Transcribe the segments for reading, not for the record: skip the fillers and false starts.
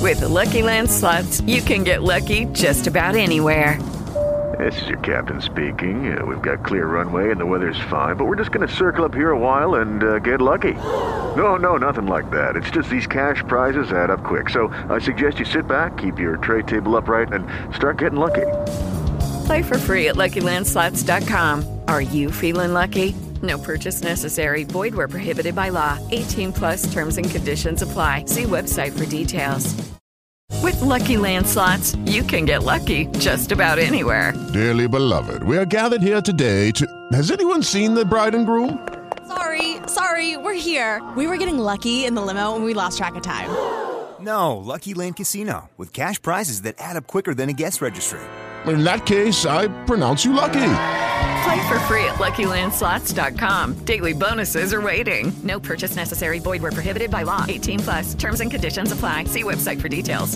With Lucky Land Slots, you can get lucky just about anywhere. This is your captain speaking. We've got clear runway and the weather's fine, but we're just going to circle up here a while and get lucky. No, nothing like that. It's just these cash prizes add up quick. So I suggest you sit back, keep your tray table upright, and start getting lucky. Play for free at LuckyLandSlots.com. Are you feeling lucky? No purchase necessary. Void where prohibited by law. 18 plus terms and conditions apply. See website for details. With Lucky Land Slots, you can get lucky just about anywhere. Dearly beloved, we are gathered here today to... Has anyone seen the bride and groom? Sorry, we're here. We were getting lucky in the limo and we lost track of time. No, Lucky Land Casino, with cash prizes that add up quicker than a guest registry. In that case, I pronounce you lucky. Play for free at LuckyLandSlots.com. Daily bonuses are waiting. No purchase necessary. Void where prohibited by law. 18 plus. Terms and conditions apply. See website for details.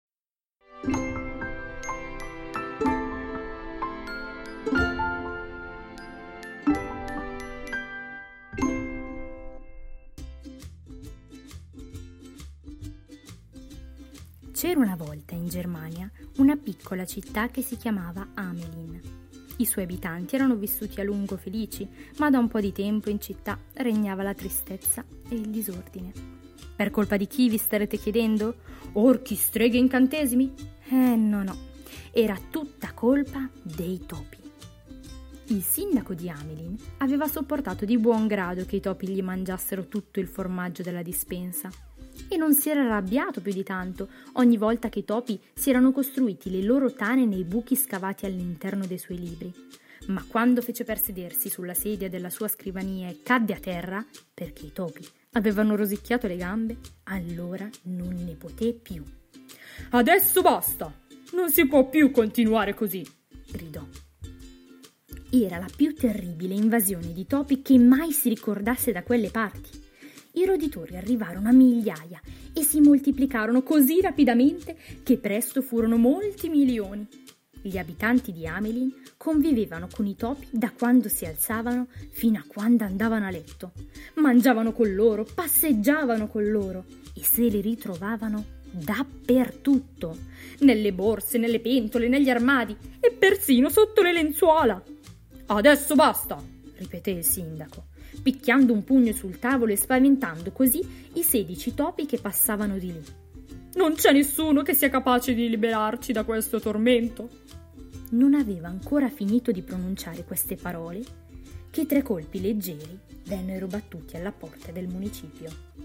C'era una volta in Germania una piccola città che si chiamava Hamelin. I suoi abitanti erano vissuti a lungo felici, ma da un po' di tempo in città regnava la tristezza e il disordine. Per colpa di chi, vi starete chiedendo? Orchi, streghe, incantesimi? No. Era tutta colpa dei topi. Il sindaco di Hamelin aveva sopportato di buon grado che i topi gli mangiassero tutto il formaggio della dispensa e non si era arrabbiato più di tanto ogni volta che i topi si erano costruiti le loro tane nei buchi scavati all'interno dei suoi libri. Ma quando fece per sedersi sulla sedia della sua scrivania e cadde a terra, perché i topi avevano rosicchiato le gambe, allora non ne poté più. «Adesso basta! Non si può più continuare così!» gridò. Era la più terribile invasione di topi che mai si ricordasse da quelle parti. I roditori arrivarono a migliaia e si moltiplicarono così rapidamente che presto furono molti milioni. Gli abitanti di Hamelin convivevano con i topi da quando si alzavano fino a quando andavano a letto. Mangiavano con loro, passeggiavano con loro e se li ritrovavano dappertutto, nelle borse, nelle pentole, negli armadi e persino sotto le lenzuola. «Adesso basta!» ripeté il sindaco, picchiando un pugno sul tavolo e spaventando così i 16 topi che passavano di lì. «Non c'è nessuno che sia capace di liberarci da questo tormento!» Non aveva ancora finito di pronunciare queste parole che 3 colpi leggeri vennero battuti alla porta del municipio.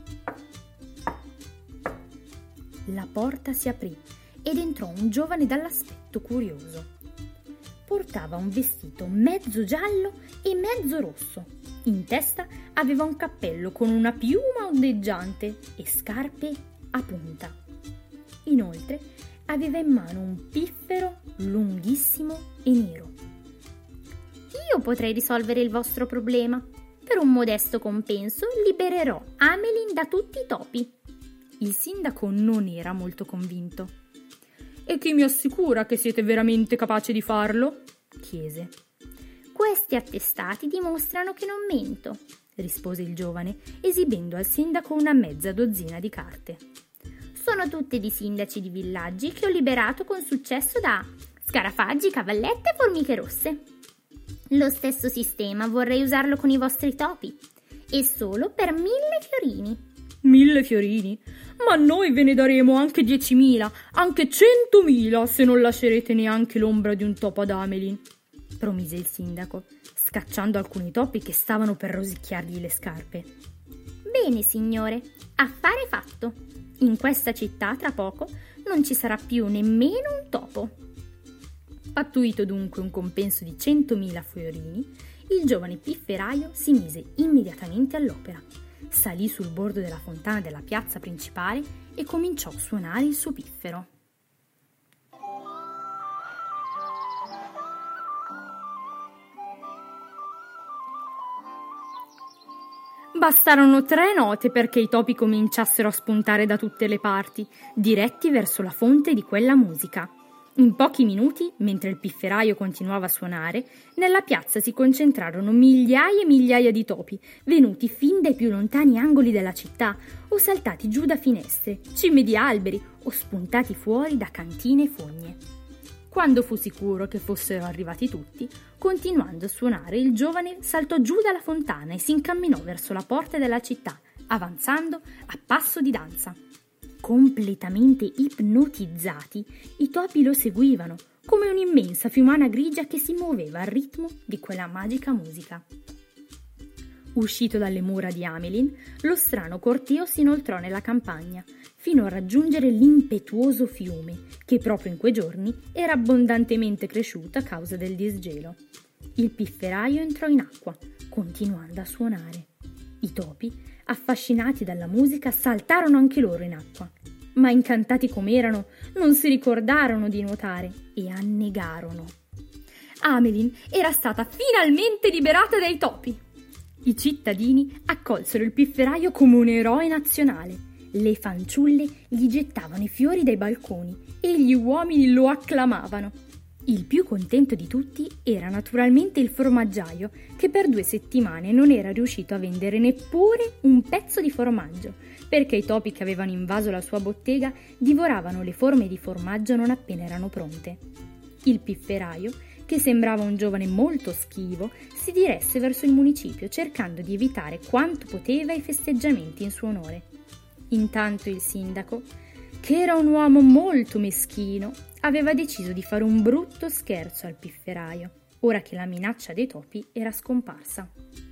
La porta si aprì ed entrò un giovane dall'aspetto curioso. Portava un vestito mezzo giallo e mezzo rosso. In testa aveva un cappello con una piuma ondeggiante e scarpe a punta. Inoltre aveva in mano un piffero lunghissimo e nero. «Io potrei risolvere il vostro problema. Per un modesto compenso libererò Hamelin da tutti i topi». Il sindaco non era molto convinto. «E chi mi assicura che siete veramente capaci di farlo?» chiese. «Questi attestati dimostrano che non mento», rispose il giovane, esibendo al sindaco una mezza dozzina di carte. «Sono tutte di sindaci di villaggi che ho liberato con successo da scarafaggi, cavallette e formiche rosse. Lo stesso sistema vorrei usarlo con i vostri topi, e solo per 1000 fiorini». «1000 fiorini? Ma noi ve ne daremo anche 10.000, anche 100.000 se non lascerete neanche l'ombra di un topo ad Hamelin», promise il sindaco, scacciando alcuni topi che stavano per rosicchiargli le scarpe. «Bene, signore, affare fatto. In questa città tra poco non ci sarà più nemmeno un topo». Pattuito dunque un compenso di 100.000 fiorini, il giovane pifferaio si mise immediatamente all'opera. Salì sul bordo della fontana della piazza principale e cominciò a suonare il suo piffero. Bastarono 3 note perché i topi cominciassero a spuntare da tutte le parti, diretti verso la fonte di quella musica. In pochi minuti, mentre il pifferaio continuava a suonare, nella piazza si concentrarono migliaia e migliaia di topi, venuti fin dai più lontani angoli della città, o saltati giù da finestre, cime di alberi, o spuntati fuori da cantine e fogne. Quando fu sicuro che fossero arrivati tutti, continuando a suonare, il giovane saltò giù dalla fontana e si incamminò verso la porta della città, avanzando a passo di danza. Completamente ipnotizzati, i topi lo seguivano, come un'immensa fiumana grigia che si muoveva al ritmo di quella magica musica. Uscito dalle mura di Amelin, lo strano corteo si inoltrò nella campagna, fino a raggiungere l'impetuoso fiume, che proprio in quei giorni era abbondantemente cresciuto a causa del disgelo. Il pifferaio entrò in acqua, continuando a suonare. I topi, affascinati dalla musica, saltarono anche loro in acqua, ma incantati com'erano, non si ricordarono di nuotare e annegarono. Amelin era stata finalmente liberata dai topi. I cittadini accolsero il pifferaio come un eroe nazionale. Le fanciulle gli gettavano i fiori dai balconi e gli uomini lo acclamavano. Il più contento di tutti era naturalmente il formaggiaio, che per 2 settimane non era riuscito a vendere neppure un pezzo di formaggio, perché i topi che avevano invaso la sua bottega divoravano le forme di formaggio non appena erano pronte. Il pifferaio, che sembrava un giovane molto schivo, si diresse verso il municipio cercando di evitare quanto poteva i festeggiamenti in suo onore. Intanto il sindaco, che era un uomo molto meschino, aveva deciso di fare un brutto scherzo al pifferaio, ora che la minaccia dei topi era scomparsa.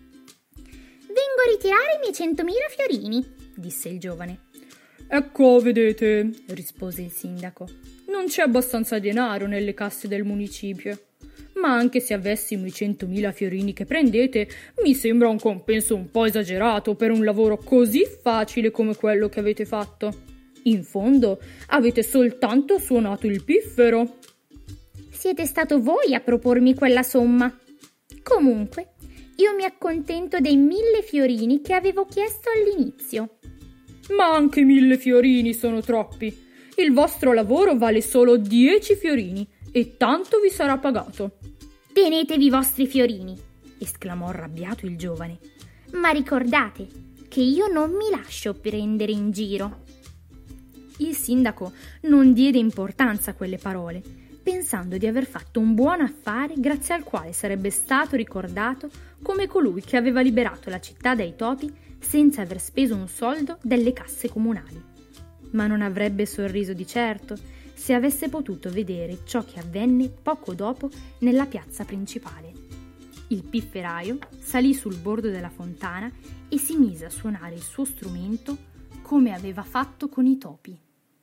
«Vengo a ritirare i miei 100.000 fiorini», disse il giovane. «Ecco, vedete», rispose il sindaco, «non c'è abbastanza denaro nelle casse del municipio. Ma anche se avessimo i 100.000 fiorini che prendete, mi sembra un compenso un po' esagerato per un lavoro così facile come quello che avete fatto. In fondo, avete soltanto suonato il piffero». «Siete stato voi a propormi quella somma. Comunque, io mi accontento dei 1.000 fiorini che avevo chiesto all'inizio». «Ma anche 1.000 fiorini sono troppi. Il vostro lavoro vale solo 10 fiorini e tanto vi sarà pagato». «Tenetevi i vostri fiorini», esclamò arrabbiato il giovane. «Ma ricordate che io non mi lascio prendere in giro». Il sindaco non diede importanza a quelle parole, pensando di aver fatto un buon affare grazie al quale sarebbe stato ricordato come colui che aveva liberato la città dai topi senza aver speso un soldo delle casse comunali. Ma non avrebbe sorriso di certo se avesse potuto vedere ciò che avvenne poco dopo nella piazza principale. Il pifferaio salì sul bordo della fontana e si mise a suonare il suo strumento come aveva fatto con i topi.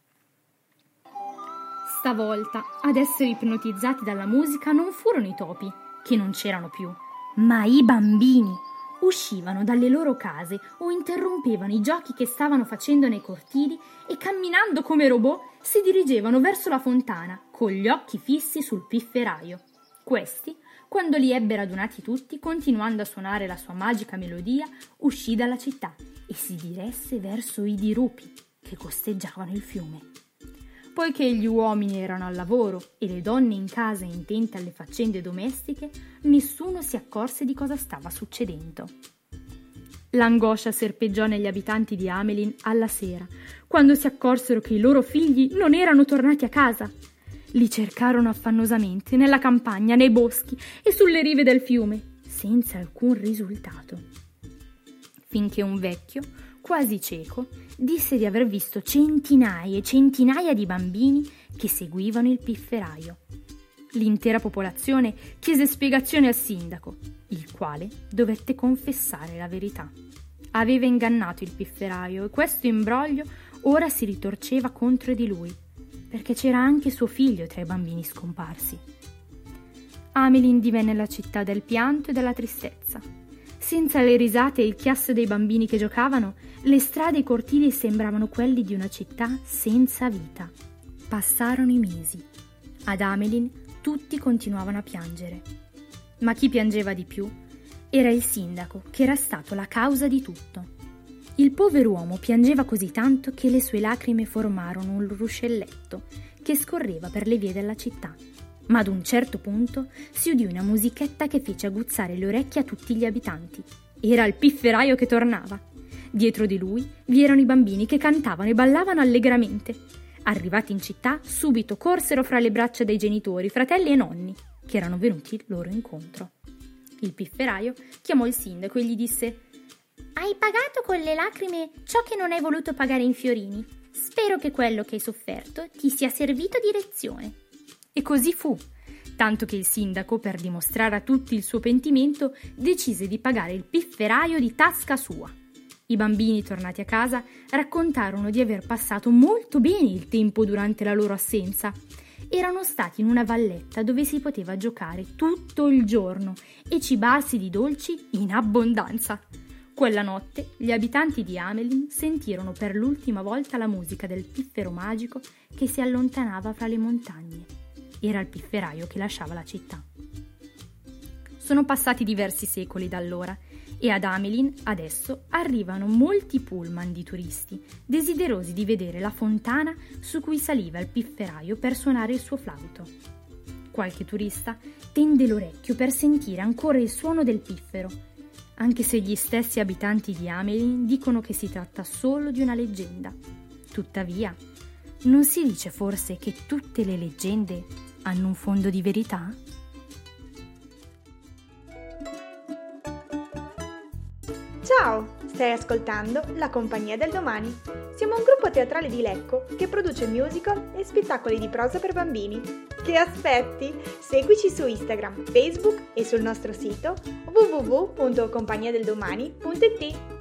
Stavolta, ad essere ipnotizzati dalla musica non furono i topi, che non c'erano più, ma i bambini. Uscivano dalle loro case o interrompevano i giochi che stavano facendo nei cortili e, camminando come robot, si dirigevano verso la fontana, con gli occhi fissi sul pifferaio. Questi, quando li ebbe radunati tutti, continuando a suonare la sua magica melodia, uscì dalla città e si diresse verso i dirupi che costeggiavano il fiume. Poiché gli uomini erano al lavoro e le donne in casa intente alle faccende domestiche, nessuno si accorse di cosa stava succedendo. L'angoscia serpeggiò negli abitanti di Amelin alla sera, quando si accorsero che i loro figli non erano tornati a casa. Li cercarono affannosamente nella campagna, nei boschi e sulle rive del fiume, senza alcun risultato. Finché un vecchio, quasi cieco, disse di aver visto centinaia e centinaia di bambini che seguivano il pifferaio. L'intera popolazione chiese spiegazioni al sindaco, il quale dovette confessare la verità. Aveva ingannato il pifferaio e questo imbroglio ora si ritorceva contro di lui, perché c'era anche suo figlio tra i bambini scomparsi. Amelin divenne la città del pianto e della tristezza. Senza le risate e il chiasso dei bambini che giocavano, le strade e i cortili sembravano quelli di una città senza vita. Passarono i mesi. Ad Amelin tutti continuavano a piangere. Ma chi piangeva di più era il sindaco, che era stato la causa di tutto. Il pover'uomo piangeva così tanto che le sue lacrime formarono un ruscelletto che scorreva per le vie della città. Ma ad un certo punto si udì una musichetta che fece aguzzare le orecchie a tutti gli abitanti. Era il pifferaio che tornava. Dietro di lui vi erano i bambini che cantavano e ballavano allegramente. Arrivati in città, subito corsero fra le braccia dei genitori, fratelli e nonni, che erano venuti loro incontro. Il pifferaio chiamò il sindaco e gli disse: «Hai pagato con le lacrime ciò che non hai voluto pagare in fiorini. Spero che quello che hai sofferto ti sia servito di lezione». E così fu, tanto che il sindaco, per dimostrare a tutti il suo pentimento, decise di pagare il pifferaio di tasca sua. I bambini, tornati a casa, raccontarono di aver passato molto bene il tempo durante la loro assenza. Erano stati in una valletta dove si poteva giocare tutto il giorno e cibarsi di dolci in abbondanza. Quella notte gli abitanti di Amelin sentirono per l'ultima volta la musica del piffero magico che si allontanava fra le montagne. Era il pifferaio che lasciava la città. Sono passati diversi secoli da allora e ad Amelin adesso arrivano molti pullman di turisti desiderosi di vedere la fontana su cui saliva il pifferaio per suonare il suo flauto. Qualche turista tende l'orecchio per sentire ancora il suono del piffero, anche se gli stessi abitanti di Amelin dicono che si tratta solo di una leggenda. Tuttavia, non si dice forse che tutte le leggende hanno un fondo di verità? Ciao, stai ascoltando La Compagnia del Domani. Siamo un gruppo teatrale di Lecco che produce musical e spettacoli di prosa per bambini. Che aspetti? Seguici su Instagram, Facebook e sul nostro sito www.compagniadeldomani.it.